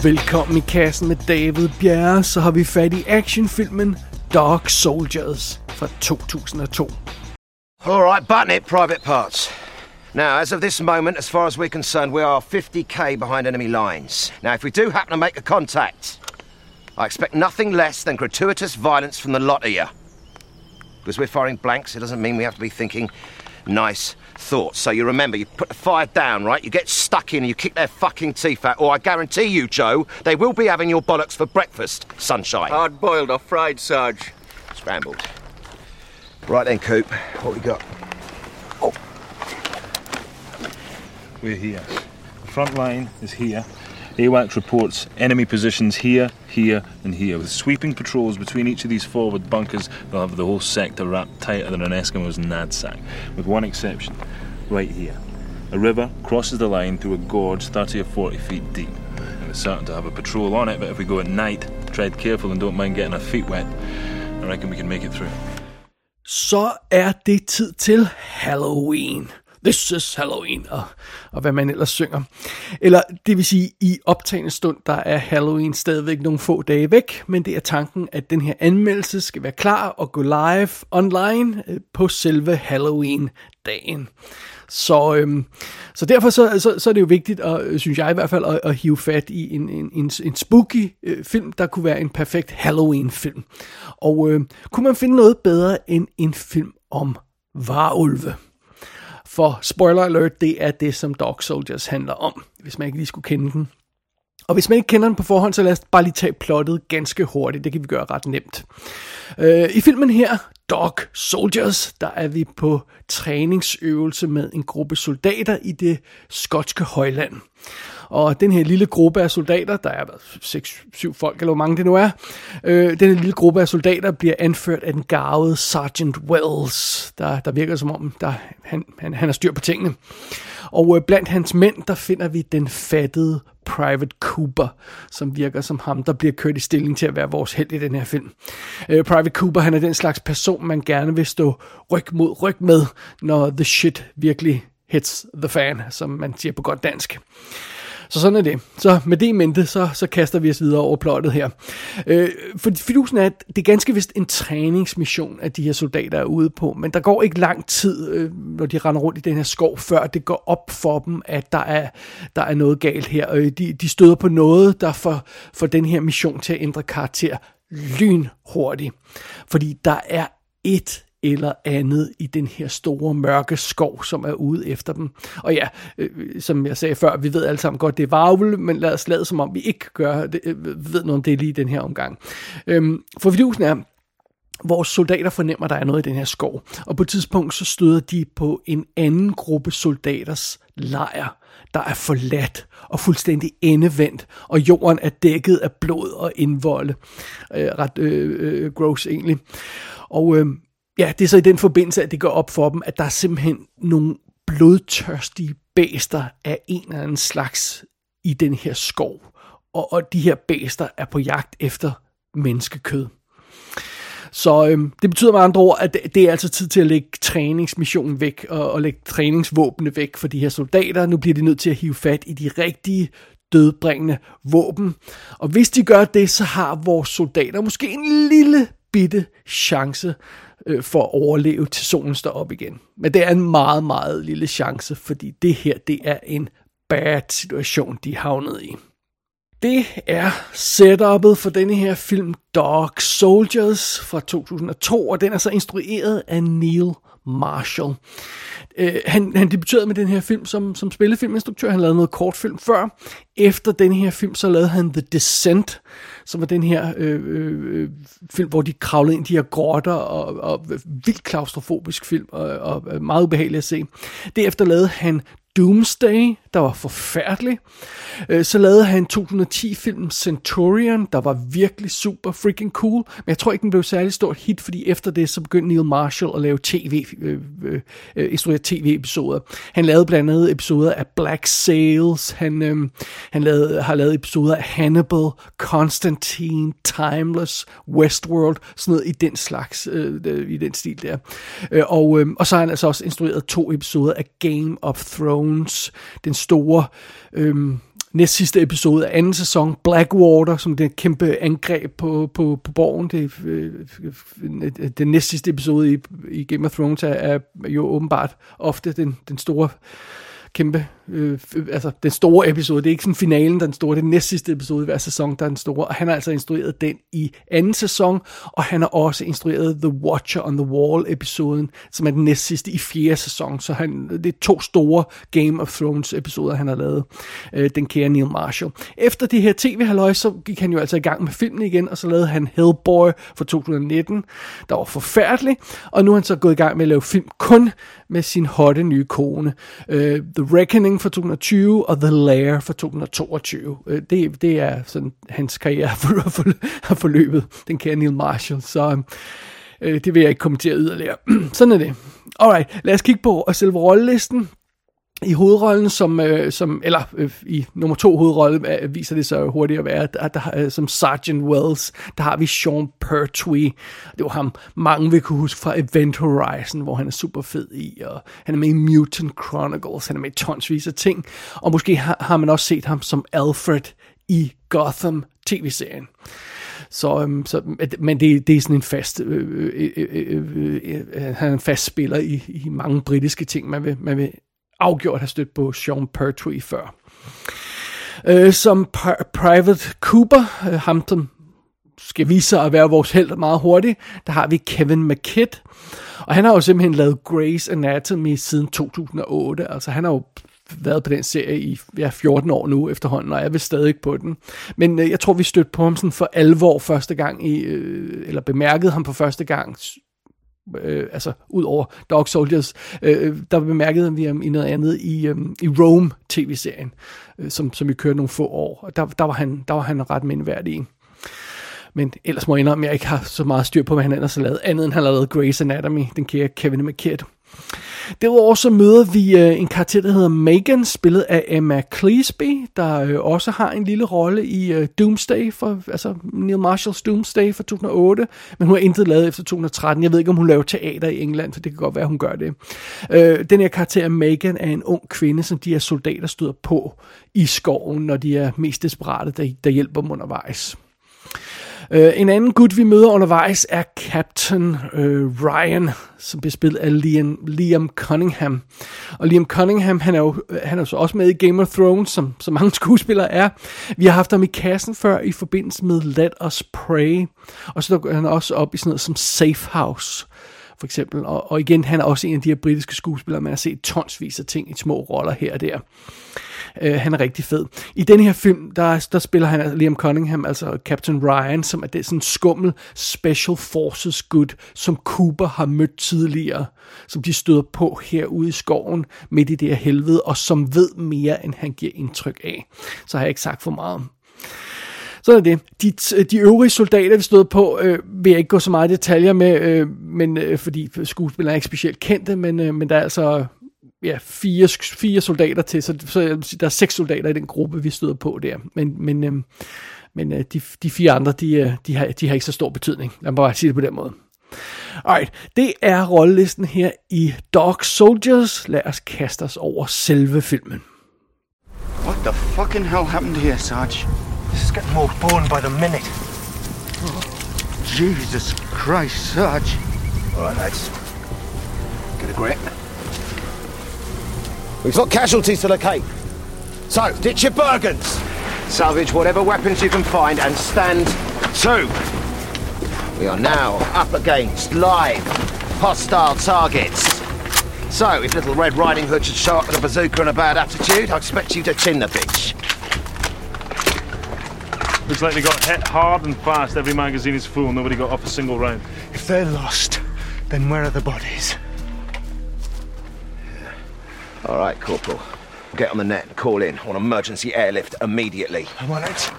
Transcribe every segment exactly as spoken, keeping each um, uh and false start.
Velkommen i kassen med David Bjerre, så har vi fat i actionfilmen Dog Soldiers fra to tusind og to. All right, button it, private parts. Now, as of this moment, as far as we're concerned, we are fifty k behind enemy lines. Now, if we do happen to make a contact, I expect nothing less than gratuitous violence from the lot of you. Because we're firing blanks, it doesn't mean we have to be thinking nice thoughts. So you remember, you put the fire down, right? You get stuck in and you kick their fucking teeth out, or I guarantee you, Joe, they will be having your bollocks for breakfast, sunshine. Hard-boiled or fried, Sarge? Scrambled. Right then, Coop, what we got? Oh. We're here. The front line is here. AWACS reports enemy positions here, here, and here. With sweeping patrols between each of these forward bunkers, they'll have the whole sector wrapped tighter than an Eskimo's knapsack. With one exception, right here. A river crosses the line through a gorge thirty or forty feet deep. And it's certain to have a patrol on it, but if we go at night, tread careful and don't mind getting our feet wet, I reckon we can make it through. Så er det tid til Halloween. This is Halloween, og, og hvad man ellers synger. Eller det vil sige, i optagende stund, der er Halloween stadigvæk nogle få dage væk, men det er tanken, at den her anmeldelse skal være klar og gå live online på selve Halloween-dagen. Så, øhm, så derfor så, så, så er det jo vigtigt, og synes jeg i hvert fald, at, at hive fat i en, en, en, en spooky øh, film, der kunne være en perfekt Halloween-film. Og øh, kunne man finde noget bedre end en film om varulve? For spoiler alert, det er det, som Dog Soldiers handler om, hvis man ikke lige skulle kende den. Og hvis man ikke kender den på forhånd, så lad os bare lige tage plottet ganske hurtigt. Det kan vi gøre ret nemt. Øh, I filmen her, Dog Soldiers, der er vi på træningsøvelse med en gruppe soldater i det skotske højland. Og den her lille gruppe af soldater, der er seks syv folk, eller hvor mange det nu er, øh, den her lille gruppe af soldater bliver anført af den garvede Sergeant Wells, der, der virker som om, der, han, han, han har styr på tingene. Og øh, blandt hans mænd, der finder vi den fattede Private Cooper, som virker som ham, der bliver kørt i stilling til at være vores held i den her film. Øh, Private Cooper, han er den slags person, man gerne vil stå ryg mod ryg med, når the shit virkelig hits the fan, som man siger på godt dansk. Så sådan er det. Så med det i mente, så, så kaster vi os videre over plottet her. Øh, for fidusen er, at det er ganske vist en træningsmission, at de her soldater er ude på, men der går ikke lang tid, øh, når de render rundt i den her skov, før det går op for dem, at der er, der er noget galt her. Øh, de, de støder på noget, der får, får den her mission til at ændre karakter lynhurtigt. Fordi der er et eller andet i den her store mørke skov, som er ude efter dem. Og ja, øh, som jeg sagde før, vi ved alle sammen godt, det er varulve, men lad os lade som om, vi ikke gør det, øh, ved noget om det lige i den her omgang. Øhm, for vidusen er, vores soldater fornemmer, der er noget i den her skov, og på et tidspunkt så støder de på en anden gruppe soldaters lejr, der er forladt og fuldstændig endevendt, og jorden er dækket af blod og indvolde. Øh, ret øh, øh, gross egentlig. Og øh, ja, det er så i den forbindelse, at det går op for dem, at der er simpelthen nogle blodtørstige bæster af en eller anden slags i den her skov. Og, og de her bæster er på jagt efter menneskekød. Så øhm, det betyder med andre ord, at det, det er altså tid til at lægge træningsmissionen væk, og, og lægge træningsvåbene væk for de her soldater. Nu bliver de nødt til at hive fat i de rigtige dødbringende våben. Og hvis de gør det, så har vores soldater måske en lille bitte chance øh, for at overleve til solen står op igen. Men det er en meget, meget lille chance, fordi det her, det er en bad situation, de havnede i. Det er setupet for denne her film Dog Soldiers fra to tusind og to, og den er så instrueret af Neil Marshall. Uh, han, han debuterede med den her film som, som spillefilminstruktør. Han lavede noget kortfilm før. Efter den her film, så lavede han The Descent, som var den her øh, øh, film, hvor de kravlede ind i de her grotter, og, og vildt klaustrofobisk film, og, og meget ubehagelig at se. Derefter lavede han Doomsday, der var forfærdelig. Så lavede han to tusind og ti-filmen Centurion, der var virkelig super freaking cool, men jeg tror ikke, den blev særlig stort hit, fordi efter det, så begyndte Neil Marshall at lave tv, øh, øh, instruere tv-episoder. Han lavede blandt andet episoder af Black Sails, han, øh, han lavede, har lavet episoder af Hannibal, Constantine, Timeless, Westworld, sådan noget i den slags, øh, i den stil der. Og, øh, og så har han altså også instrueret to episoder af Game of Thrones, den store øhm, næst sidste episode af anden sæson, Blackwater, som det kæmpe angreb på, på, på borgen. Det, øh, den næst sidste episode i, i Game of Thrones er, er jo åbenbart ofte den, den store kæmpe, øh, altså den store episode. Det er ikke sådan finalen, der er den store, det er den næst sidste episode i hver sæson, der er den store, og han har altså instrueret den i anden sæson, og han har også instrueret The Watcher on the Wall episoden, som er den næst sidste i fjerde sæson, så han, det er to store Game of Thrones episoder, han har lavet, øh, den kære Neil Marshall. Efter det her tv-halløj, så gik han jo altså i gang med filmen igen, og så lavede han Hellboy for to tusind nitten, der var forfærdelig, og nu er han så gået i gang med at lave film kun med sin hotte nye kone. Øh, The Reckoning for to tusind tyve og The Lair for to tusind toogtyve. Det, det er sådan, hans karriere har forløbet, den kære Neil Marshall, så øh, det vil jeg ikke kommentere yderligere. Sådan er det. Alright, lad os kigge på selve rollelisten. I hovedrollen, som, øh, som eller øh, i nummer to hovedrolle, øh, viser det så hurtigt at være, der, der, øh, som Sergeant Wells, der har vi Sean Pertwee. Det var ham, mange vil kunne huske fra Event Horizon, hvor han er super fed i, og han er med i Mutant Chronicles, han er med i tonsvis af ting, og måske har, har man også set ham som Alfred i Gotham tv-serien. Så, øhm, så, men det, det er sådan en fast, øh, øh, øh, øh, øh, han er en fast spiller i, i mange britiske ting, man vil, man vil afgjort have stødt på Sean Pertwee før. Øh, som P- Private Cooper, øh, ham som skal vise sig at være vores helt meget hurtigt, der har vi Kevin McKidd, og han har jo simpelthen lavet Grey's Anatomy siden to tusind otte, altså han har jo været på den serie i ja, fjorten år nu efterhånden, og jeg er vel stadig på den. Men øh, jeg tror, vi stødte på ham sådan for alvor første gang, i, øh, eller bemærkede ham for første gang, Øh, altså ud over Dog Soldiers, øh, der bemærkede vi ham i noget andet i, øh, i Rome tv-serien, øh, som, som vi kørte nogle få år, og der, der, var, han, der var han ret mindeværdig i. Men ellers må jeg indrømme, at jeg ikke har så meget styr på, hvad han ellers har lavet, andet end han har lavet Grey's Anatomy, den kære Kevin McKidd. Derudover så møder vi øh, en karakter, der hedder Megan, spillet af Emma Cleesby, der øh, også har en lille rolle i øh, Doomsday, for, altså Neil Marshalls Doomsday fra to tusind otte, men hun har intet lavet efter to tusind tretten. Jeg ved ikke, om hun laver teater i England, for det kan godt være, hun gør det. Øh, den her karakter Megan er en ung kvinde, som de her soldater støder på i skoven, når de er mest desperate, der, der hjælper dem undervejs. Uh, en anden gut, vi møder undervejs, er Captain uh, Ryan, som bliver spillet af Liam, Liam Cunningham. Og Liam Cunningham, han er jo, han er jo så også med i Game of Thrones, som, som mange skuespillere er. Vi har haft ham i kassen før i forbindelse med Let Us Pray. Og så er han også op i sådan noget som Safe House, for eksempel. Og, og igen, han er også en af de her britiske skuespillere, man har set tonsvis af ting i små roller her og der. Uh, han er rigtig fed. I den her film, der, der spiller han Liam Cunningham, altså Captain Ryan, som er det sådan skummel Special Forces gut, som Cooper har mødt tidligere, som de støder på herude i skoven midt i det her helvede, og som ved mere, end han giver indtryk af. Så har jeg ikke sagt for meget. Så er det. De, de øvrige soldater, vi stod på, øh, vil jeg ikke gå så meget i detaljer med, øh, men, øh, fordi skuespillere er ikke specielt kendte, men, øh, men der er altså ja, fire, fire soldater til, så, så der er seks soldater i den gruppe, vi støder på der. Men, men, øh, men øh, de, de fire andre, de, de, har, de har ikke så stor betydning. Lad mig bare sige det på den måde. Alright, det er rollelisten her i Dog Soldiers. Lad os kaste os over selve filmen. What the fucking hell happened here, Sarge? This is getting more boring by the minute. Oh, Jesus Christ, Sarge. All right, lads. Get a grip. We've got casualties to locate. So, ditch your Bergens. Salvage whatever weapons you can find and stand to. We are now up against live hostile targets. So, if little Red Riding Hood should show up with a bazooka and a bad attitude, I expect you to tin the bitch. Looks like they got hit hard and fast. Every magazine is full. Nobody got off a single round. If they're lost, then where are the bodies? All right, Corporal. Get on the net and call in on emergency airlift immediately. I'm on it.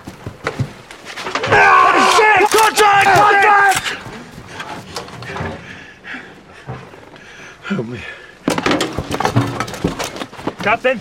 Ah, shit! Contact! Contact! Help me. Captain!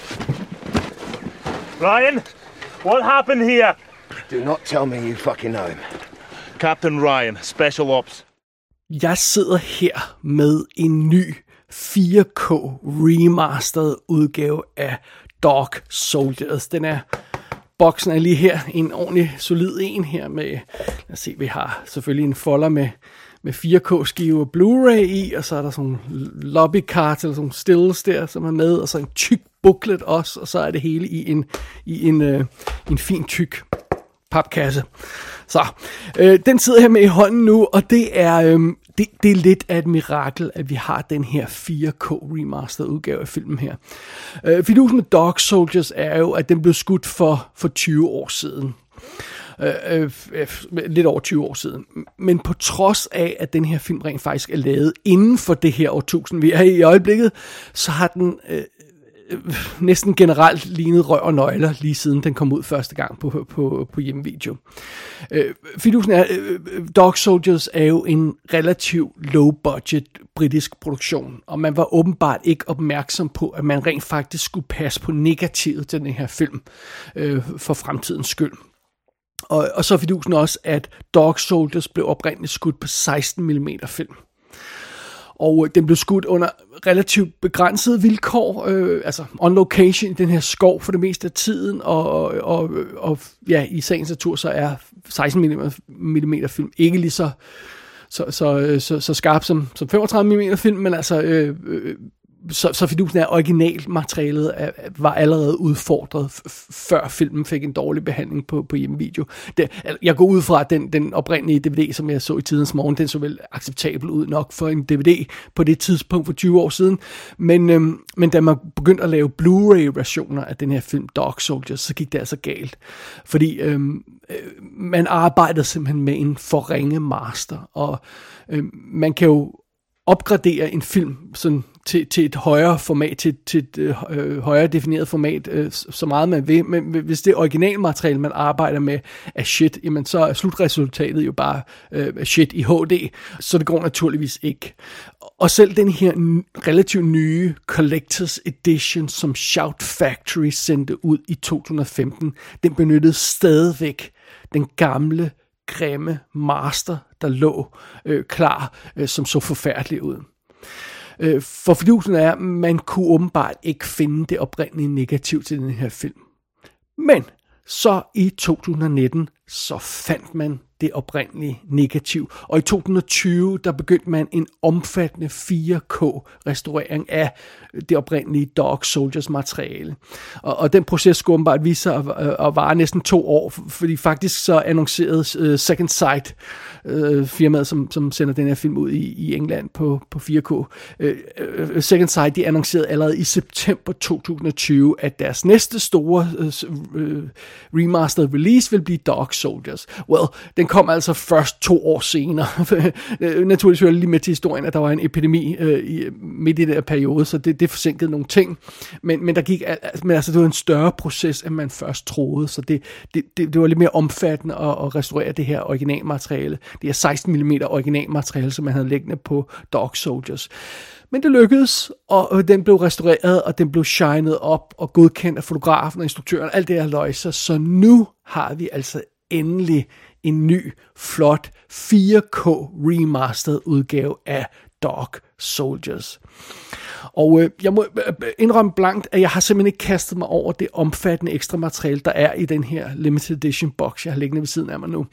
Ryan! What happened here? Do not tell me you fucking know him. Captain Ryan, Special Ops. Jeg sidder her med en ny fire K remastered udgave af Dog Soldiers. Den er boksen er lige her, en ordentlig solid en her med, lad os se, vi har selvfølgelig en folder med, med fire K-skive Blu-ray i, og så er der sådan nogle lobby cards, eller sådan stills der, som er med, og så en tyk booklet også, og så er det hele i en, i en, øh, en fin tyk papkasse. Så, øh, den sidder her med i hånden nu, og det er, øh, det, det er lidt af et mirakel, at vi har den her fire K remastered udgave af filmen her. Øh, fidusen med Dog Soldiers er jo, at den blev skudt for, for tyve år siden. Øh, øh, lidt over tyve år siden. Men på trods af, at den her film rent faktisk er lavet inden for det her årtusind, vi er i øjeblikket, så har den øh, næsten generelt lignet røv og nøgler, lige siden den kom ud første gang på, på, på hjemmevideo. Øh, fidusen er, øh, Dog Soldiers er jo en relativt low-budget britisk produktion, og man var åbenbart ikke opmærksom på, at man rent faktisk skulle passe på negativet til den her film, øh, for fremtidens skyld. Og, og så fidusen også, at Dog Soldiers blev oprindeligt skudt på seksten millimeter film. Og øh, den blev skudt under relativt begrænsede vilkår, øh, altså on location i den her skov for det meste af tiden, og, og, og, og ja, i sagens natur så er seksten millimeter film ikke lige så, så, så, så, så skarp som, som femogtredive millimeter film, men altså... Øh, øh, Så, så fidusen er, originalmaterialet er, var allerede udfordret, f- før filmen fik en dårlig behandling på, på hjemmevideo. Det, jeg går ud fra, at den, den oprindelige D V D, som jeg så i tidens morgen, den så vel acceptabel ud nok for en D V D på det tidspunkt for tyve år siden. Men, øhm, men da man begyndte at lave Blu-ray-versioner af den her film, Dog Soldiers, så gik det altså galt. Fordi øhm, øh, man arbejdede simpelthen med en forringe master, og øh, man kan jo opgradere en film sådan til, til et højere format, til, til et øh, højere defineret format, øh, så meget man vil. Men hvis det originalmateriale, man arbejder med, er shit, jamen så er slutresultatet jo bare øh, shit i H D, så det går naturligvis ikke. Og selv den her n- relativt nye Collector's Edition, som Shout Factory sendte ud i to tusind og femten, den benyttede stadigvæk den gamle, grimme master, der lå øh, klar, øh, som så forfærdelig ud. Øh, for fidusen er, at man kunne åbenbart ikke finde det oprindelige negativ til den her film. Men så i to tusind og nitten, så fandt man det oprindelige negativ. Og i to tusind og tyve, der begyndte man en omfattende fire K-restaurering af det oprindelige Dog Soldiers materiale. Og, og den proces skulle åbenbart vise sig at, at vare næsten to år, fordi faktisk så annoncerede uh, Second Sight, uh, firmaet, som, som sender den her film ud i, i England på, på fire K. Uh, uh, Second Sight, de annoncerede allerede i september to tusind og tyve, at deres næste store uh, uh, remastered release vil blive Dog Soldiers. Well, den kom altså først to år senere. Naturligvis hører lige med til historien, at der var en epidemi øh, i, midt i den her periode, så det, det forsinkede nogle ting. Men, men der gik, men altså, det var en større proces, end man først troede, så det, det, det, det var lidt mere omfattende at, at restaurere det her originalmateriale. Det her seksten millimeter originalmateriale, som man havde liggende på Dog Soldiers. Men det lykkedes, og den blev restaureret, og den blev shined op og godkendt af fotografen og instruktøren, alt det her løjser. Så nu har vi altså endelig en ny, flot fire K remastered udgave af Dog Soldiers. Og øh, jeg må indrømme blankt, at jeg har simpelthen ikke kastet mig over det omfattende ekstra materiale, der er i den her limited edition box, jeg har liggende ved siden af mig nu.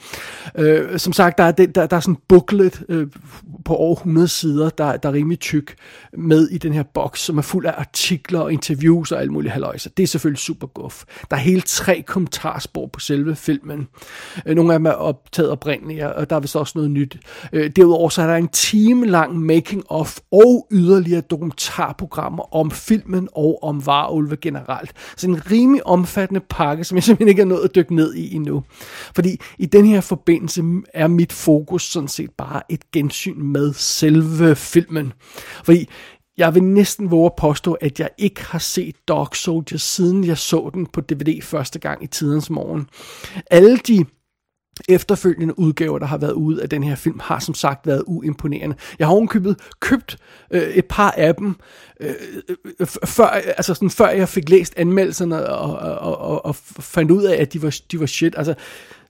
Øh, som sagt, der er, det, der, der er sådan en booklet øh, på over hundrede sider, der, der er rimelig tyk med i den her box, som er fuld af artikler og interviews og alt muligt halløjser. Det er selvfølgelig super guf. Der er hele tre kommentarspor på selve filmen. Øh, nogle af dem er optaget oprindeligt, og der er vist også noget nyt. Øh, derudover så er der en time lang making of og yderligere dokumentarprogrammer om filmen og om varulve generelt. Så en rimelig omfattende pakke, som jeg simpelthen ikke er nået at dykke ned i endnu. Fordi i den her forbindelse er mit fokus sådan set bare et gensyn med selve filmen. Fordi jeg vil næsten våge at påstå, at jeg ikke har set Dog Soldiers, siden jeg så den på D V D første gang i tidens morgen. Alle de efterfølgende udgaver, der har været ude af den her film, har som sagt været uimponerende. Jeg har ovenkøbet købt øh, et par af dem, øh, før, altså sådan, før jeg fik læst anmeldelserne og, og, og, og fandt ud af, at de var, de var shit. Altså,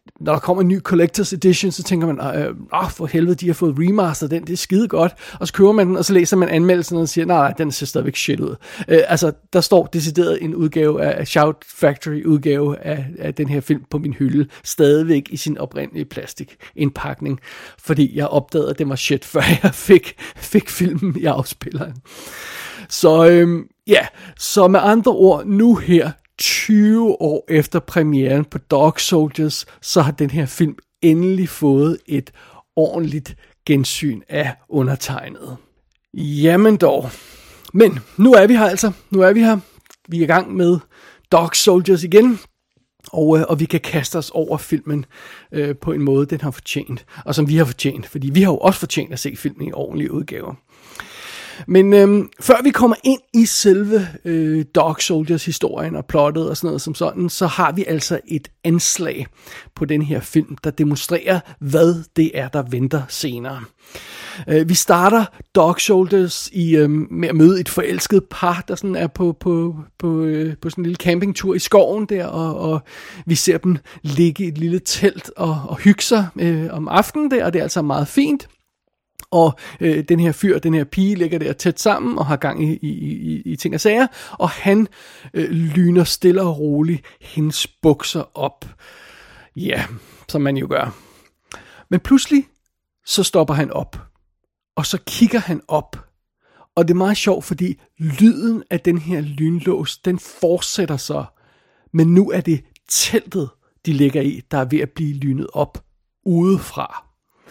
når der kommer en ny Collector's Edition, så tænker man, åh, oh, for helvede, de har fået remaster den, det er skide godt. Og så køber man den, og så læser man anmeldelsen og siger, nej, nej, den ser stadigvæk shit ud. Øh, altså, der står decideret en udgave af Shout Factory udgave af, af den her film på min hylde, stadigvæk i sin oprindelige plastikindpakning, fordi jeg opdagede, at den var shit, før jeg fik, fik filmen i afspilleren. Så øhm, ja, så med andre ord, nu her, tyve år efter premieren på Dog Soldiers, så har den her film endelig fået et ordentligt gensyn af undertegnet. Jamen dog. Men nu er vi her altså. Nu er vi her. Vi er i gang med Dog Soldiers igen. Og, øh, og vi kan kaste os over filmen øh, på en måde, den har fortjent. Og som vi har fortjent. Fordi vi har jo også fortjent at se filmen i ordentlige udgaver. Men øhm, før vi kommer ind i selve øh, Dog Soldiers historien og plottet og sådan noget som sådan, så har vi altså et anslag på den her film, der demonstrerer, hvad det er, der venter senere. Øh, vi starter Dog Soldiers i, øh, med at møde et forelsket par, der sådan er på, på, på, øh, på sådan en lille campingtur i skoven der, og, og vi ser dem ligge i et lille telt og, og hygge sig øh, om aftenen der, og det er altså meget fint. Og øh, den her fyr, den her pige ligger der tæt sammen og har gang i, i, i, i ting og sager, og han øh, lyner stille og roligt hendes bukser op. Ja, som man jo gør. Men pludselig så stopper han op, og så kigger han op. Og det er meget sjovt, fordi lyden af den her lynlås, den fortsætter så. Men nu er det teltet, de ligger i, der er ved at blive lynet op udefra.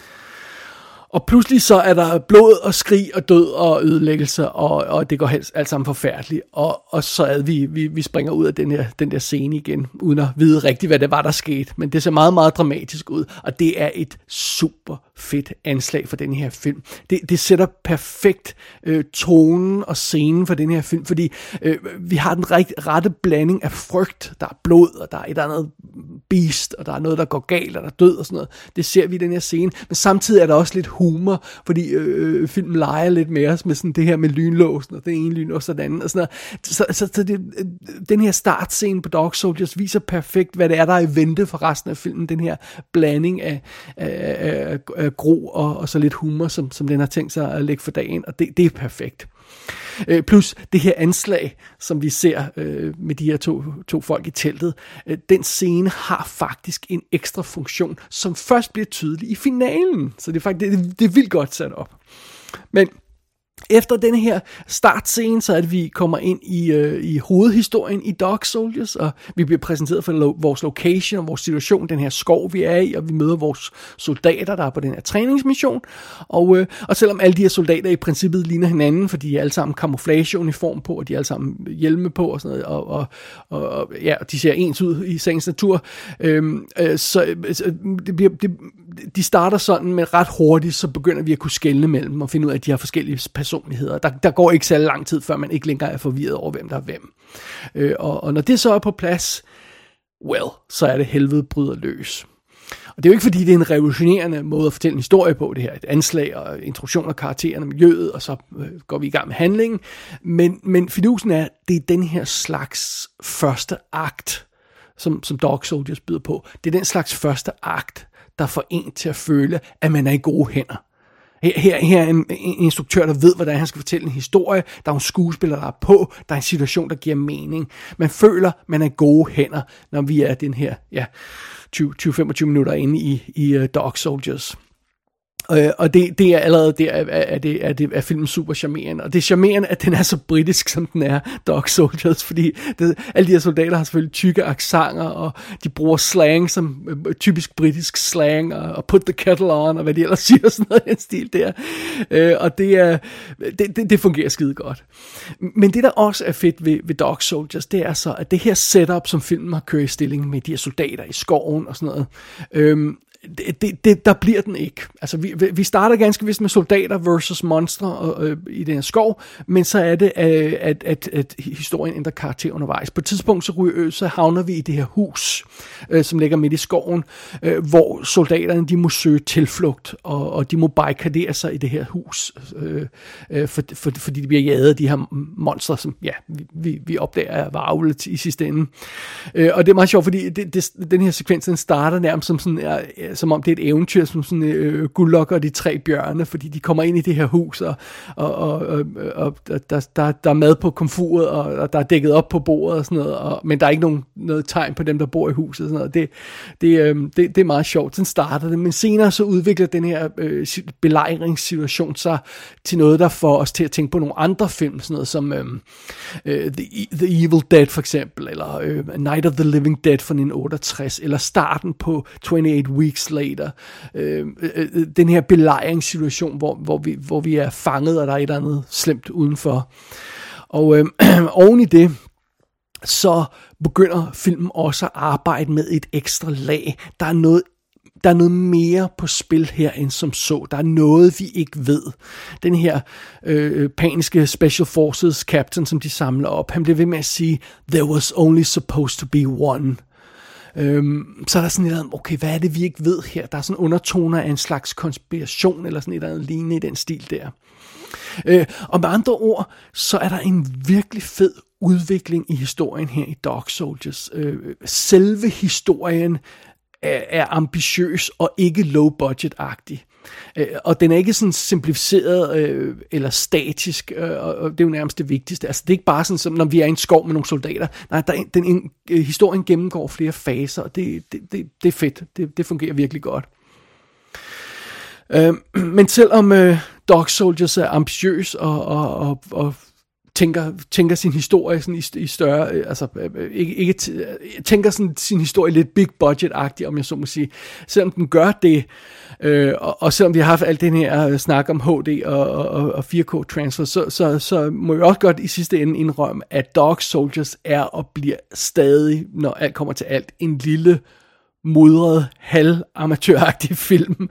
Og pludselig så er der blod og skrig og død og ødelæggelse, og, og det går helst alt sammen forfærdeligt. Og, og så er vi, vi, vi springer ud af den, her, den der scene igen, uden at vide rigtigt, hvad det var, der skete. Men det ser meget, meget dramatisk ud, og det er et super fedt anslag for den her film. Det, det sætter perfekt øh, tonen og scenen for den her film, fordi øh, vi har den rigt, rette blanding af frygt. Der er blod, og der er et eller andet beast, og der er noget, der går galt, og der er død og sådan noget. Det ser vi i den her scene, men samtidig er der også lidt humor, fordi øh, filmen leger lidt med os med sådan det her med lynlåsen, og den ene lynlås og den anden, og sådan noget. Så, så, så det, den her startscene på Dog Soldiers viser perfekt, hvad det er, der er i vente for resten af filmen, den her blanding af, af, af, af gro og, og så lidt humor, som, som den har tænkt sig at lægge for dagen, og det, det er perfekt. Øh, plus det her anslag, som vi ser øh, med de her to, to folk i teltet, øh, den scene har faktisk en ekstra funktion, som først bliver tydelig i finalen. Så det er faktisk det, det er vildt godt sat op. Men efter den her startscene, så at vi kommer ind i, øh, i hovedhistorien i Dog Soldiers, og vi bliver præsenteret for lo- vores location og vores situation, den her skov, vi er i, og vi møder vores soldater, der er på den her træningsmission. Og, øh, og selvom alle de her soldater i princippet ligner hinanden, for de er alle sammen camouflageuniform på, og de er alle sammen hjelme på og sådan noget, og, og, og, og ja, de ser ens ud i sagens natur, øh, øh, så øh, det bliver, det, de starter sådan, men ret hurtigt, så begynder vi at kunne skelne mellem dem og finde ud af, at de har forskellige personligheder. Der, der går ikke så lang tid, før man ikke længere er forvirret over, hvem der er hvem. Øh, og, og når det så er på plads, well, så er det helvede bryder løs. Og det er jo ikke, fordi det er en revolutionerende måde at fortælle en historie på, det her. Et anslag og introduktion af karaktererne, miljøet, og så øh, går vi i gang med handlingen. Men, men fidusen er, det er den her slags første akt, som, som Dog Soldiers byder på. Det er den slags første akt, der får en til at føle, at man er i gode hænder. Her, her, her er en, en instruktør, der ved, hvordan han skal fortælle en historie. Der er en skuespiller, der er på. Der er en situation, der giver mening. Man føler, man er i gode hænder, når vi er den her ja, tyve til femogtyve minutter inde i, i uh, Dog Soldiers. Øh, og det, det er allerede der, er, er, det, er, det, er filmen super charmerende. Og det er charmerende, at den er så britisk, som den er, Dog Soldiers, fordi det, alle de her soldater har selvfølgelig tykke accenter, og de bruger slang som øh, typisk britisk slang, og, og put the kettle on, og hvad de ellers siger, sådan noget i en stil der. Øh, og det, er, det, det, det fungerer skide godt. Men det, der også er fedt ved, ved Dog Soldiers, det er så, at det her setup, som filmen har kørt i stilling med de her soldater i skoven og sådan noget, øh, det, det, det, der bliver den ikke. Altså, vi, vi starter ganske vist med soldater versus monstre øh, i den her skov, men så er det, øh, at, at, at historien ændrer karakter undervejs. På et tidspunkt, så, ryger, så havner vi i det her hus, øh, som ligger midt i skoven, øh, hvor soldaterne, de må søge tilflugt, og, og de må barrikadere sig i det her hus, øh, øh, for, for, fordi de bliver jaget af de her monstre, som ja, vi, vi opdager er varulve i sidste ende. Øh, og det er meget sjovt, fordi det, det, den her sekvens, den starter nærmest som sådan, er, som om det er et eventyr, som sådan øh, Guldlok og de tre bjørne, fordi de kommer ind i det her hus, og, og, og, og, og der, der, der er mad på komfuret, og, og der er dækket op på bordet og sådan noget, og, men der er ikke nogen, noget tegn på dem, der bor i huset og sådan noget. Det, det, øh, det, det er meget sjovt. Sådan starter det, men senere så udvikler den her øh, belejringssituation sig til noget, der får os til at tænke på nogle andre film, sådan noget som øh, øh, The, The Evil Dead for eksempel, eller øh, Night of the Living Dead fra nitten otteogtres, eller starten på twenty-eight Weeks Later. Øh, øh, den her belejringssituation, hvor, hvor, vi, hvor vi er fanget, og der er et eller andet slemt udenfor. Og øh, oven i det, så begynder filmen også at arbejde med et ekstra lag. Der er noget Der er noget mere på spil her end som så. Der er noget, vi ikke ved. Den her øh, paniske Special Forces captain, som de samler op, han bliver ved med at sige, there was only supposed to be one. Øhm, så er der sådan et eller andet, okay, hvad er det, vi ikke ved her? Der er sådan undertoner af en slags konspiration, eller sådan et eller andet lignende i den stil der. Øh, og med andre ord, så er der en virkelig fed udvikling i historien her i Dog Soldiers. Øh, selve historien er, er ambitiøs og ikke low-budget-agtig. Øh, og den er ikke sådan simplificeret øh, eller statisk, øh, og det er jo nærmest det vigtigste. Altså det er ikke bare sådan, som når vi er i en skov med nogle soldater. Nej, der er, den, en, øh, historien gennemgår flere faser, og det, det, det, det er fedt. Det, det fungerer virkelig godt. Øh, men selvom øh, Dog Soldiers er ambitiøs og, og, og, og tænker, tænker sin historie sådan i, i større, altså ikke, ikke t- tænker sådan sin historie lidt big budget-agtig, om jeg så må sige. Selvom den gør det, øh, og, og selvom vi har haft alt den her snak om H D og, og, og fire K transfer, så, så, så må jeg også godt i sidste ende indrømme, at Dog Soldiers er og bliver stadig, når alt kommer til alt, en lille mudret, halv-amatøragtig film.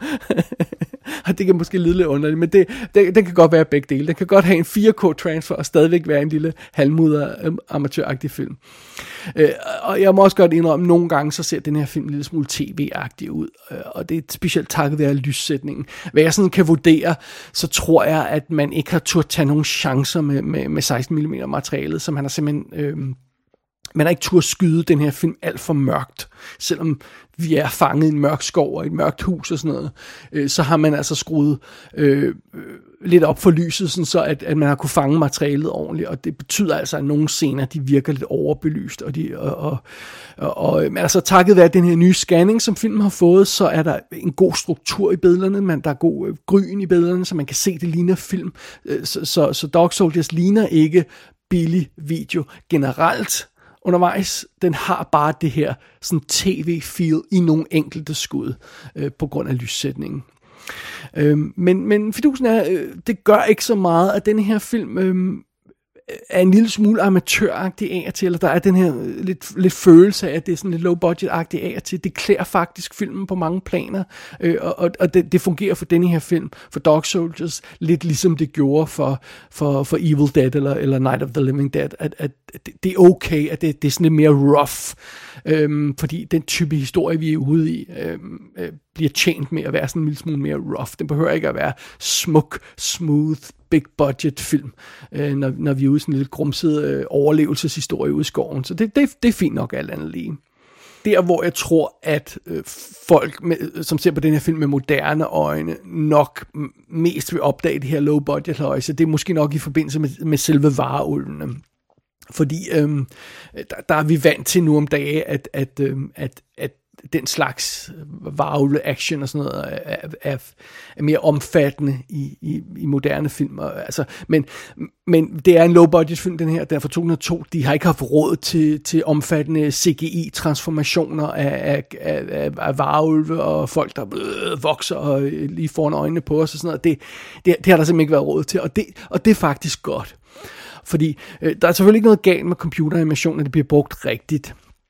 Og det kan måske lyde lidt underligt, men det, det, det kan godt være begge dele. Den kan godt have en fire K transfer og stadigvæk være en lille halvmudret, amatøragtig film. Øh, og jeg må også godt indrømme, at nogle gange så ser den her film en lille smule tv-agtig ud, øh, og det er specielt takket være lyssætningen. Hvad jeg sådan kan vurdere, så tror jeg, at man ikke har turde tage nogle chancer med, med, med seksten millimeter materialet, som han har simpelthen... Øh, man har ikke turde skyde den her film alt for mørkt, selvom vi er fanget i en mørk skov og et mørkt hus og sådan noget, øh, så har man altså skruet øh, lidt op for lyset, sådan så at, at man har kunne fange materialet ordentligt, og det betyder altså, at nogle scener, de virker lidt overbelyst, og, de, og, og, og, og altså takket være den her nye scanning, som filmen har fået, så er der en god struktur i billederne, men der er god øh, gryn i billederne, så man kan se, det ligner film, øh, så, så, så Dog Soldiers ligner ikke billig video generelt undervejs. Den har bare det her sådan tv-feel i nogle enkelte skud øh, på grund af lyssætningen. Øh, men, men fidusen er, øh, det gør ikke så meget, at den her film øh, er en lille smule amatøragtig af og til, eller der er den her lidt, lidt følelse af, at det er sådan lidt low-budget-agtig af og til. Det klæder faktisk filmen på mange planer, øh, og, og det, det fungerer for denne her film, for Dog Soldiers, lidt ligesom det gjorde for, for, for Evil Dead eller, eller Night of the Living Dead, at, at det er okay, at det, det er sådan lidt mere rough, øh, fordi den type historie, vi er ude i, øh, øh, bliver tjent med at være sådan en lille smule mere rough. Den behøver ikke at være smuk, smooth, big budget film, øh, når, når vi er ude i sådan en lille grumset øh, overlevelseshistorie ude i skoven. Så det, det, det er fint nok alt andet lige. Der, hvor jeg tror, at øh, folk, med, som ser på den her film med moderne øjne, nok mest vil opdage det her low budget højse, det er måske nok i forbindelse med, med selve varulvene. Fordi øhm, der, der er vi vant til nu om dage, at, at, øhm, at, at den slags varulve action og sådan noget er, er, er mere omfattende i, i, i moderne film. Altså, men, men det er en low budget film, den her, den er fra to tusind og to. De har ikke haft råd til, til omfattende C G I-transformationer af, af, af, af varulve og folk, der øh, vokser og lige foran øjnene på os og sådan noget. Det, det, det har der simpelthen ikke været råd til, og det, og det er faktisk godt. Fordi øh, der er selvfølgelig ikke noget galt med computeranimation, når det bliver brugt rigtigt.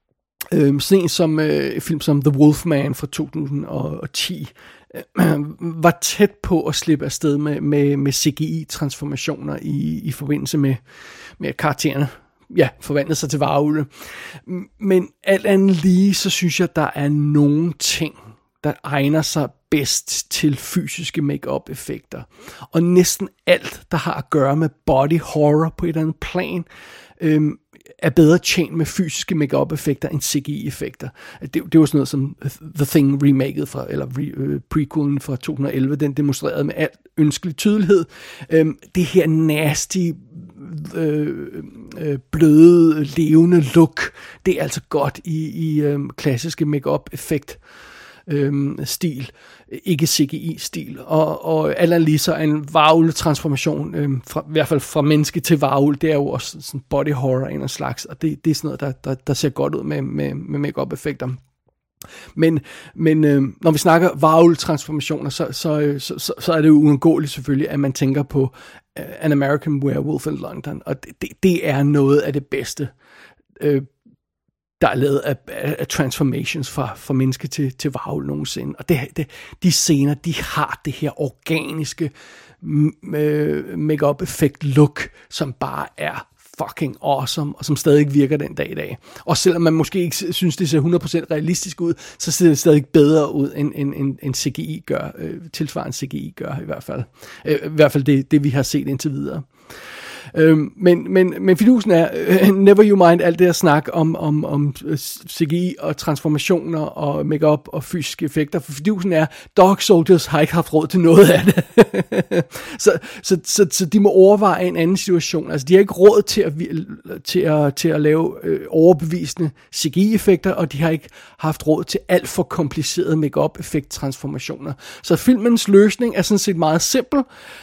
Øh, sådan en som øh, en film som The Wolfman fra to tusind og ti øh, var tæt på at slippe afsted med, med, med C G I-transformationer i, i forbindelse med, med karaktererne. Ja, forvandlede sig til varulve. Men alt andet lige, så synes jeg, der er nogle ting, der egner sig bedst til fysiske make-up-effekter. Og næsten alt, der har at gøre med body horror på et eller andet plan, øhm, er bedre tjent med fysiske make-up-effekter end C G I-effekter. Det, det var sådan noget som The Thing remaket fra, eller re, øh, prequelen fra to tusind og elleve, den demonstrerede med al ønskelig tydelighed. Øhm, det her nasty, øh, øh, bløde, levende look, det er altså godt i, i øh, klassiske make-up-effekt. Øhm, stil, ikke C G I-stil, og, og alt lige så en varulve-transformation, øhm, fra, i hvert fald fra menneske til varulve, det er jo også sådan body horror en slags, og det, det er sådan noget, der, der, der ser godt ud med, med, med make-up-effekter. Men, men øh, når vi snakker varulve-transformationer, så, så, så, så, så er det jo uundgåeligt selvfølgelig, at man tænker på uh, An American Werewolf in London, og det, det, det er noget af det bedste, øh, der er lavet af, af, af transformations fra, fra menneske til, til varulv nogensinde. Og det, det, de scener, de har det her organiske make-up effekt look, som bare er fucking awesome, og som stadig virker den dag i dag. Og selvom man måske ikke synes, det ser hundrede procent realistisk ud, så ser det stadig bedre ud, end, end, end, end C G I gør, øh, tilsvarende C G I gør i hvert fald. Øh, I hvert fald det, det, vi har set indtil videre. Øhm, men, men, men fidusen er, øh, never you mind alt det her snak om, om, om C G I og transformationer og make-up og fysiske effekter, for fidusen er, Dog Soldiers har ikke haft råd til noget af det. så, så, så, så de må overveje en anden situation. Altså de har ikke råd til at, til at, til at lave øh, overbevisende C G I-effekter, og de har ikke haft råd til alt for komplicerede make-up effekt transformationer. Så filmens løsning er sådan set meget simpel.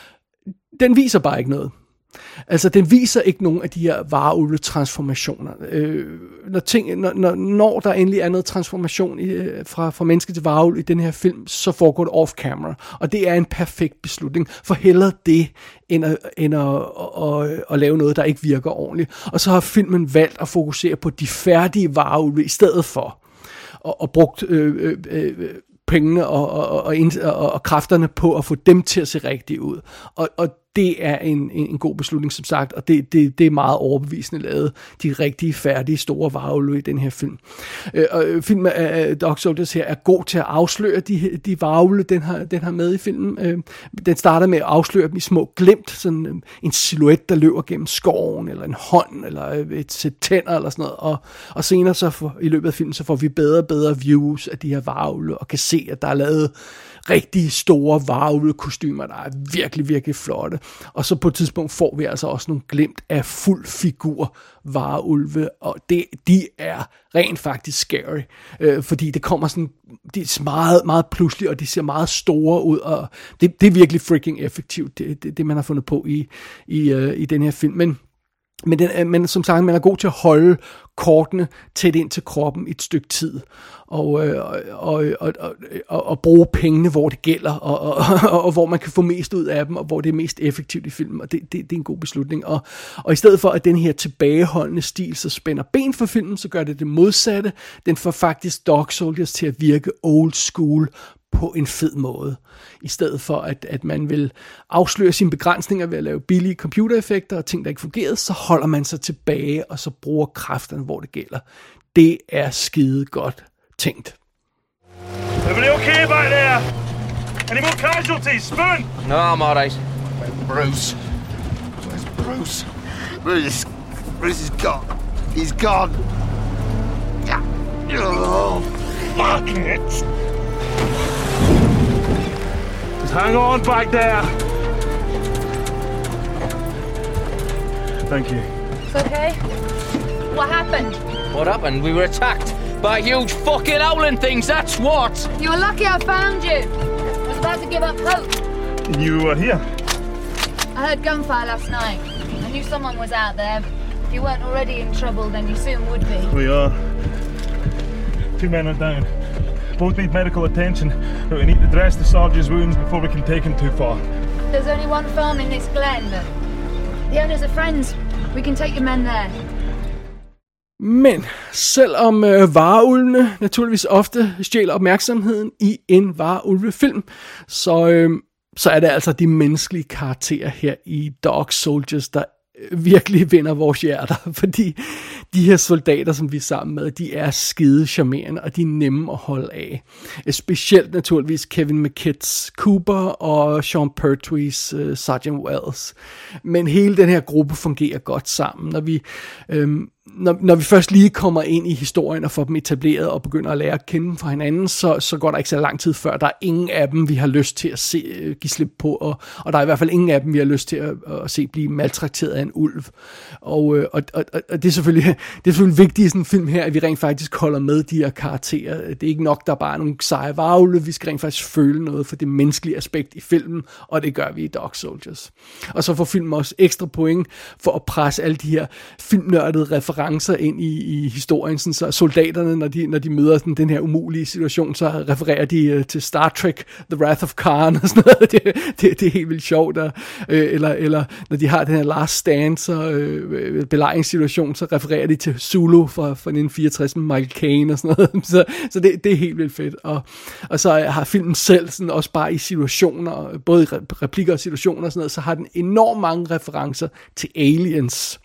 Den viser bare ikke noget. Altså, den viser ikke nogen af de her varulve-transformationer. Øh, når, ting, når, når, når der endelig er noget transformation i, fra, fra menneske til varulv i den her film, så foregår det off-camera. Og det er en perfekt beslutning. For hellere det, end at, end at, at, at, at lave noget, der ikke virker ordentligt. Og så har filmen valgt at fokusere på de færdige varulve i stedet for. Og, og brugt øh, øh, øh, pengene og, og, og, og, og kræfterne på at få dem til at se rigtigt ud. Og, og det er en, en, en god beslutning, som sagt, og det, det, det er meget overbevisende lavet, de rigtige, færdige, store varulve i den her film. Øh, og filmen af Dog Soldiers her er god til at afsløre de, de varulve, den har, den har med i filmen. Øh, den starter med at afsløre dem i små glimt, sådan en silhuet, der løber gennem skoven, eller en hånd, eller et sæt tænder, eller sådan noget. Og, og senere så for, i løbet af filmen, så får vi bedre og bedre views af de her varulve, og kan se, at der er lavet rigtig store varulve-kostymer, der er virkelig, virkelig flotte. Og så på et tidspunkt får vi altså også nogle glimt af fuld figur varulve, og det, de er rent faktisk scary, øh, fordi det kommer sådan, de er meget, meget pludseligt, og de ser meget store ud, og det, det er virkelig freaking effektivt, det, det, det man har fundet på i, i, øh, i den her film. Men Men, den, men som sagt, man er god til at holde kortene tæt ind til kroppen et stykke tid, og, og, og, og, og, og bruge pengene, hvor det gælder, og, og, og, og hvor man kan få mest ud af dem, og hvor det er mest effektivt i filmen, og det, det, det er en god beslutning. Og, og i stedet for, at den her tilbageholdende stil så spænder ben for filmen, så gør det det modsatte. Den får faktisk Dog Soldiers til at virke old school, på en fed måde. I stedet for, at, at man vil afsløre sine begrænsninger ved at lave billige computereffekter og ting, der ikke fungerede, så holder man sig tilbage, og så bruger kræfterne, hvor det gælder. Det er skide godt tænkt. Everybody okay back there? Any more casualties? Spoon? No, I'm all right. Bruce. Where's Bruce? Bruce. Bruce is gone. He's gone. Oh, Fuck it! Just hang on back there. Thank you. It's okay. What happened? What happened? We were attacked by huge fucking howling things, that's what! You were lucky I found you. I was about to give up hope. You were here? I heard gunfire last night. I knew someone was out there. If you weren't already in trouble, then you soon would be. We are. Two men are down. Both need medical attention, but we need to dress the sergeant's wounds before we can take him too far. There's only one farm in this glen. The owners are friends. We can take your men there. Men selvom øh, varulvene naturligvis ofte stjæler opmærksomheden i en varulvefilm, så, øh, så er det altså de menneskelige karakterer her i Dog Soldiers, der virkelig vinder vores hjerter, fordi de her soldater, som vi er sammen med, de er skide charmerende, og de er nemme at holde af. Specielt naturligvis Kevin McKidd's Cooper og Sean Pertwee's uh, Sergeant Wells. Men hele den her gruppe fungerer godt sammen, når vi... Øhm, Når, når vi først lige kommer ind i historien og får dem etableret og begynder at lære at kende dem fra hinanden, så, så går der ikke så lang tid før. Der er ingen af dem, vi har lyst til at se, give slip på, og, og der er i hvert fald ingen af dem, vi har lyst til at, at se blive maltrakteret af en ulv. Og, og, og, og det, er selvfølgelig, det er selvfølgelig vigtigt i sådan en film her, at vi rent faktisk holder med de her karakterer. Det er ikke nok, der bare er nogle seje varulve. Vi skal rent faktisk føle noget for det menneskelige aspekt i filmen, og det gør vi i Dog Soldiers. Og så får filmen også ekstra point for at presse alle de her filmnørdede referencer ind i, i historien, sådan, så soldaterne, når de, når de møder sådan, den her umulige situation, så refererer de uh, til Star Trek, The Wrath of Khan og sådan noget. Det, det, det er helt vildt sjovt. Og, øh, eller, eller når de har den her Last Stand, så øh, belejringssituation, så refererer de til Zulu fra, fra nitten fireogtres med Michael Caine og sådan noget. Så, så det, det er helt vildt fedt. Og, og så har filmen selv sådan, også bare i situationer, både i replikker og situationer og sådan noget, så har den enormt mange referencer til aliens.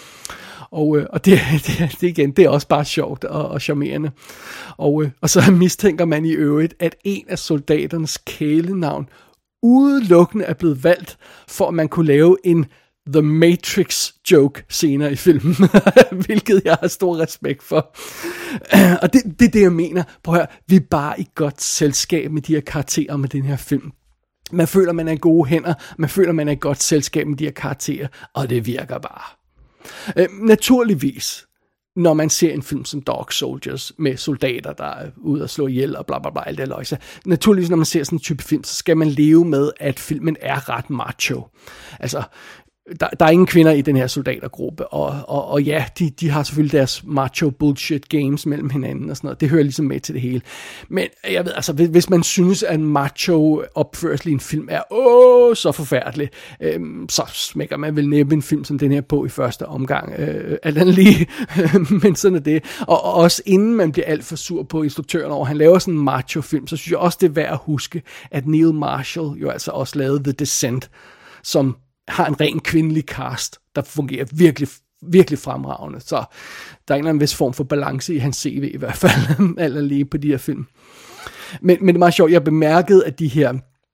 Og, øh, og det, det, det igen, det er også bare sjovt og, og charmerende. Og, øh, og så mistænker man i øvrigt, at en af soldaternes kælenavn udelukkende er blevet valgt, for at man kunne lave en The Matrix joke senere i filmen, hvilket jeg har stor respekt for. Og det, det er det, jeg mener. Prøv at høre, vi er bare i godt selskab med de her karakterer med den her film. Man føler, man er i gode hænder, man føler, man er i godt selskab med de her karakterer, og det virker bare. Øh, naturligvis, når man ser en film som Dog Soldiers med soldater, der er ude og slå ihjel og bla bla bla, alt det løjse. Naturligvis, når man ser sådan en type film, så skal man leve med, at filmen er ret macho. Altså, der, der er ingen kvinder i den her soldatergruppe, og, og, og ja, de, de har selvfølgelig deres macho bullshit games mellem hinanden og sådan noget. Det hører ligesom med til det hele. Men jeg ved, altså, hvis man synes, at en macho opførsel i en film er åh, så forfærdelig, øhm, så smækker man vel næppe en film som den her på i første omgang. Øh, alt andet lige, men sådan er det. Og, og også inden man bliver alt for sur på instruktøren over, han laver sådan en macho-film, så synes jeg også, det er værd at huske, at Neil Marshall jo altså også lavede The Descent, som har en ren kvindelig cast, der fungerer virkelig, virkelig fremragende. Så der er en eller anden vis form for balance i hans C V i hvert fald, eller lige på de her film. Men, men det er meget sjovt, jeg bemærkede, at de her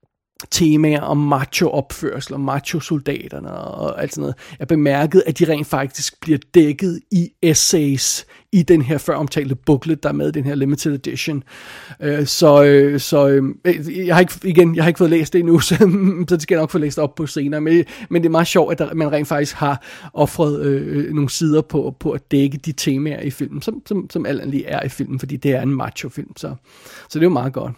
temaer om macho-opførsel og macho-soldaterne og alt sådan noget, jeg bemærkede, at de rent faktisk bliver dækket i essays i den her før omtalte booklet, der er med i den her limited edition. Uh, så uh, så uh, jeg har ikke, igen, jeg har ikke fået læst det endnu, så, så det skal jeg nok få læst op på senere, men, men det er meget sjovt, at der, man rent faktisk har offret uh, nogle sider på, på at dække de temaer i filmen, som, som, som alt andet er i filmen, fordi det er en macho-film, så, så det er jo meget godt.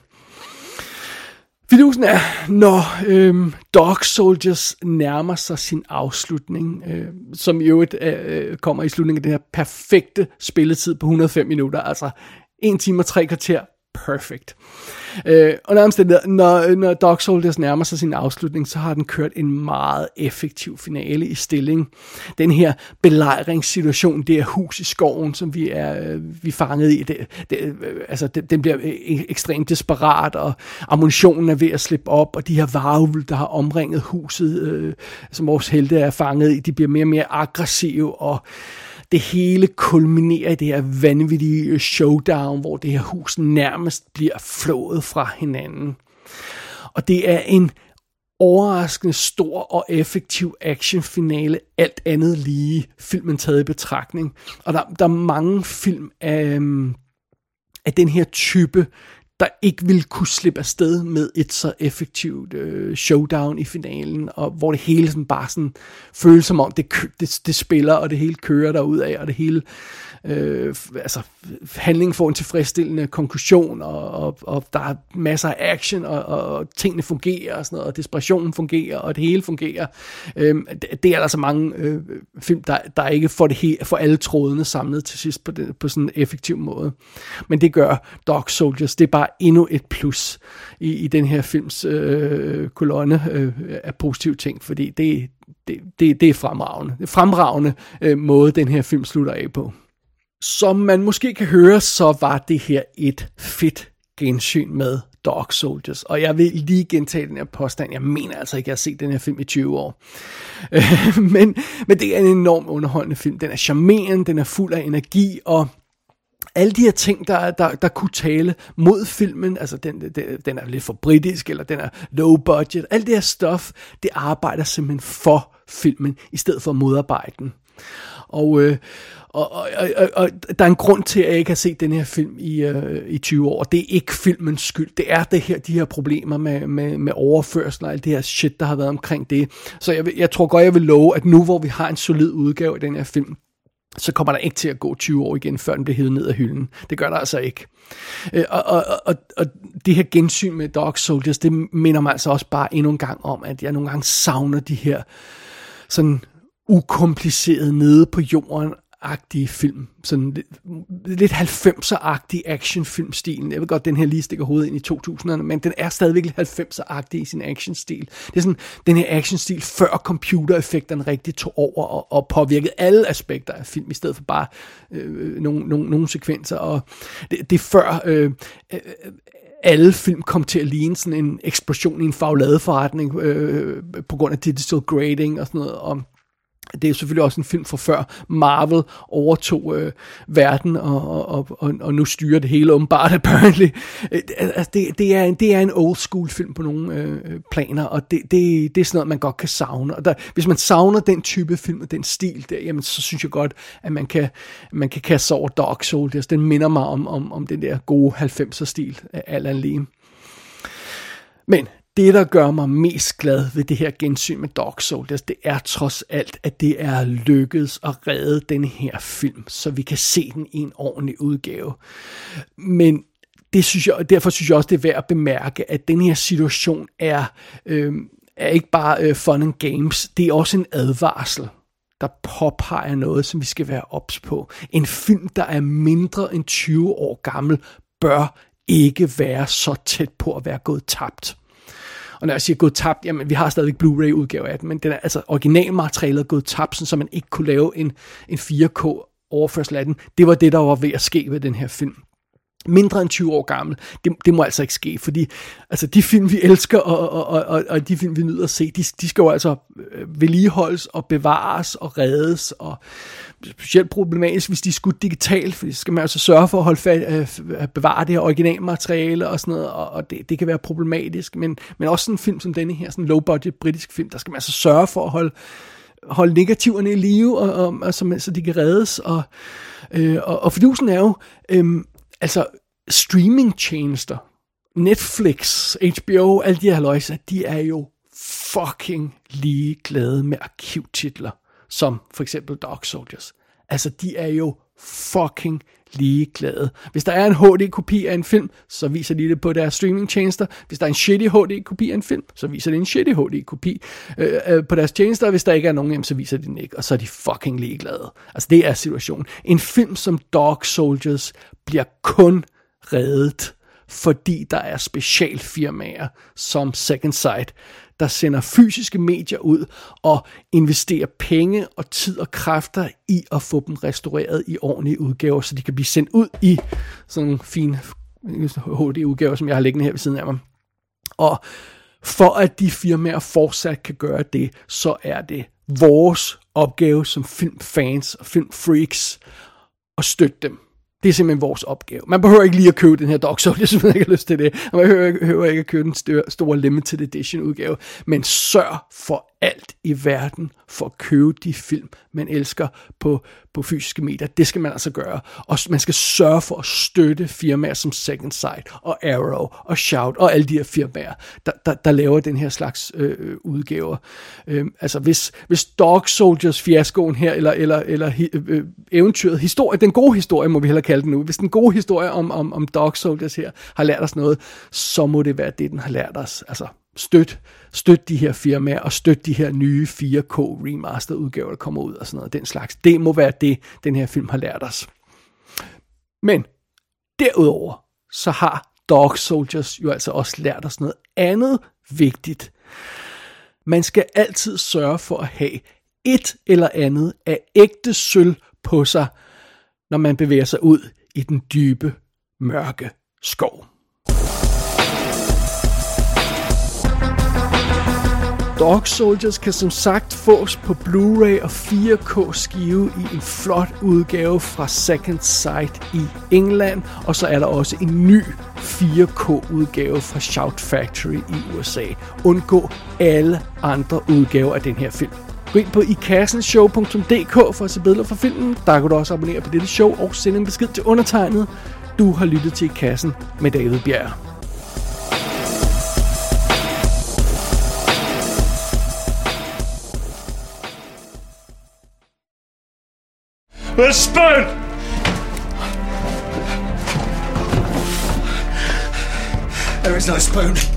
Fidusen er, når øhm, Dog Soldiers nærmer sig sin afslutning, øh, som i øvrigt øh, kommer i slutningen af den her perfekte spilletid på hundrede og fem minutter, altså en time og tre kvarter, perfekt. Øh, og når, når, når Dog Soldiers nærmer sig sin afslutning, så har den kørt en meget effektiv finale i stilling. Den her belejringssituation, det er hus i skoven, som vi er vi er fanget i, det, det, altså det, den bliver ekstremt desperat, og ammunitionen er ved at slippe op, og de her varulve, der har omringet huset, øh, som vores helte er fanget i, de bliver mere og mere aggressive, og det hele kulminerer i det her vanvittige showdown, hvor det her hus nærmest bliver flået fra hinanden. Og det er en overraskende stor og effektiv actionfinale, alt andet lige, filmen taget i betragtning. Og der, der er mange film af, af den her type, der ikke vil kunne slippe afsted med et så effektivt øh, showdown i finalen, og hvor det hele sådan bare sådan føles som om, det, det, det spiller, og det hele kører derudad, og det hele, øh, altså handlingen får en tilfredsstillende konklusion, og, og, og der er masser af action, og, og tingene fungerer, og sådan noget, og desperationen fungerer, og det hele fungerer. Øh, det, det er altså mange øh, film, der, der ikke får, det hele, får alle trådene samlet til sidst på, det, på sådan en effektiv måde. Men det gør Dog Soldiers, det er bare endnu et plus i, i den her films øh, kolonne øh, af positive ting, fordi det, det, det, det er fremragende. Det er fremragende øh, måde, den her film slutter af på. Som man måske kan høre, så var det her et fedt gensyn med Dog Soldiers. Og jeg vil lige gentage den her påstand. Jeg mener altså ikke, at jeg har set den her film i tyve år. men, men det er en enormt underholdende film. Den er charmerende, den er fuld af energi, og alle de her ting, der, der, der kunne tale mod filmen, altså den, den, den er lidt for britisk, eller den er low budget, alt det her stuff, det arbejder simpelthen for filmen, i stedet for at modarbejde den. Og, øh, og, og, og, og der er en grund til, at jeg ikke har set den her film i, øh, i tyve år. Det er ikke filmens skyld. Det er det her, de her problemer med, med, med overførsel og alt det her shit, der har været omkring det. Så jeg, jeg tror godt, jeg vil love, at nu hvor vi har en solid udgave af den her film, så kommer der ikke til at gå tyve år igen, før den bliver hævet ned af hylden. Det gør der altså ikke. Og, og, og, og det her gensyn med Dog Soldiers, det minder mig altså også bare endnu en gang om, at jeg nogle gange savner de her sådan ukomplicerede, nede på jorden-agtige film. Sådan lidt, lidt halvfemser-agtig actionfilmstilen. Jeg ved godt, den her lige stikker hovedet ind i to tusinderne, men den er stadigvæk lidt halvfemser-agtig i sin actionstil. Det er sådan den her actionstil, før computereffekterne rigtig tog over og, og påvirkede alle aspekter af film, i stedet for bare øh, nogle, nogle, nogle sekvenser. Og det, det er før Øh, øh, alle film kom til at ligne sådan en eksplosion i en fagladeforretning øh, på grund af digital grading og sådan noget. Og det er selvfølgelig også en film fra før Marvel overtog øh, verden og, og, og, og nu styrer det hele åbenbart apparently. Altså det, det, er en, det er en old school film på nogle øh, planer, og det, det, det er sådan noget, man godt kan savne. Og der, hvis man savner den type film og den stil der, jamen så synes jeg godt, at man kan, man kan kaste sig over Dog Soldiers. Den minder mig om, om, om den der gode halvfemser stil af Alan Lee. Men det, der gør mig mest glad ved det her gensyn med Dog Soldiers, det er trods alt, at det er lykkedes at redde denne her film, så vi kan se den i en ordentlig udgave. Men det synes jeg, derfor synes jeg også, det er værd at bemærke, at den her situation er, øh, er ikke bare øh, fun and games, det er også en advarsel, der påpeger noget, som vi skal være ops på. En film, der er mindre end tyve år gammel, bør ikke være så tæt på at være gået tabt. Og når jeg siger gået tabt, jamen vi har stadigvæk Blu-ray udgave af den, men den er, altså originalmaterialet er gået tabt, så man ikke kunne lave en, en fire K overførsel af den. Det var det, der var ved at ske ved den her film. Mindre end tyve år gammel, det, det må altså ikke ske, fordi altså, de film, vi elsker, og, og, og, og de film, vi nyder at se, de, de skal jo altså vedligeholdes og bevares og reddes, og specielt problematisk, hvis de er skudt digitalt, for så skal man altså sørge for at holde fat, at bevare det her originalmateriale og sådan noget, og, og det, det kan være problematisk, men, men også sådan en film som denne her, sådan en low-budget britisk film, der skal man altså sørge for at holde holde negativerne i live, og, og, og, så, så de kan reddes, og, øh, og, og fordusen er jo, øh, altså streamingtjenester, Netflix, H B O, alle de her halløjser, de er jo fucking ligeglade med arkivtitler, som for eksempel Dog Soldiers. Altså, de er jo fucking ligeglade. Hvis der er en H D-kopi af en film, så viser de det på deres streamingtjenester. Hvis der er en shitty H D-kopi af en film, så viser de en shitty H D-kopi øh, øh, på deres tjenester. Hvis der ikke er nogen, jamen, så viser de den ikke, og så er de fucking ligeglade. Altså, det er situationen. En film som Dog Soldiers bliver kun reddet, fordi der er specialfirmaer som Second Sight, der sender fysiske medier ud og investerer penge og tid og kræfter i at få dem restaureret i ordentlige udgaver, så de kan blive sendt ud i sådan nogle fine H D-udgaver, som jeg har liggende her ved siden af mig. Og for at de firmaer fortsat kan gøre det, så er det vores opgave som filmfans og filmfreaks at støtte dem. Det er simpelthen vores opgave. Man behøver ikke lige at købe den her Dog Soldiers, hvis man ikke har lyst til det. Man behøver, behøver ikke at købe den større, store limited edition udgave. Men sørg for alt i verden for at købe de film, man elsker på, på fysiske medier. Det skal man altså gøre. Og man skal sørge for at støtte firmaer som Second Sight og Arrow og Shout og alle de her firmaer, der, der, der laver den her slags øh, udgaver. Øh, altså hvis, hvis Dog Soldiers fiaskoen her, eller, eller, eller øh, eventyret, historie, den gode historie må vi hellere kalde den nu, hvis den gode historie om, om, om Dog Soldiers her har lært os noget, så må det være det, den har lært os. Altså støt, støt de her firmaer, og støt de her nye fire K remaster udgaver, der kommer ud og sådan noget, den slags. Det må være det, den her film har lært os. Men derudover, så har Dog Soldiers jo altså også lært os noget andet vigtigt. Man skal altid sørge for at have et eller andet af ægte sølv på sig, når man bevæger sig ud i den dybe, mørke skov. Dog Soldiers kan som sagt fås på Blu-ray og fire K skive i en flot udgave fra Second Sight i England, og så er der også en ny fire K udgave fra Shout Factory i U S A. Undgå alle andre udgaver af den her film. Gå ind på i kassen show punktum d k for at se billeder fra filmen. Der kan du også abonnere på dette show og sende en besked til undertegnet. Du har lyttet til I Kassen med David Bjerg. The spoon! There is no spoon.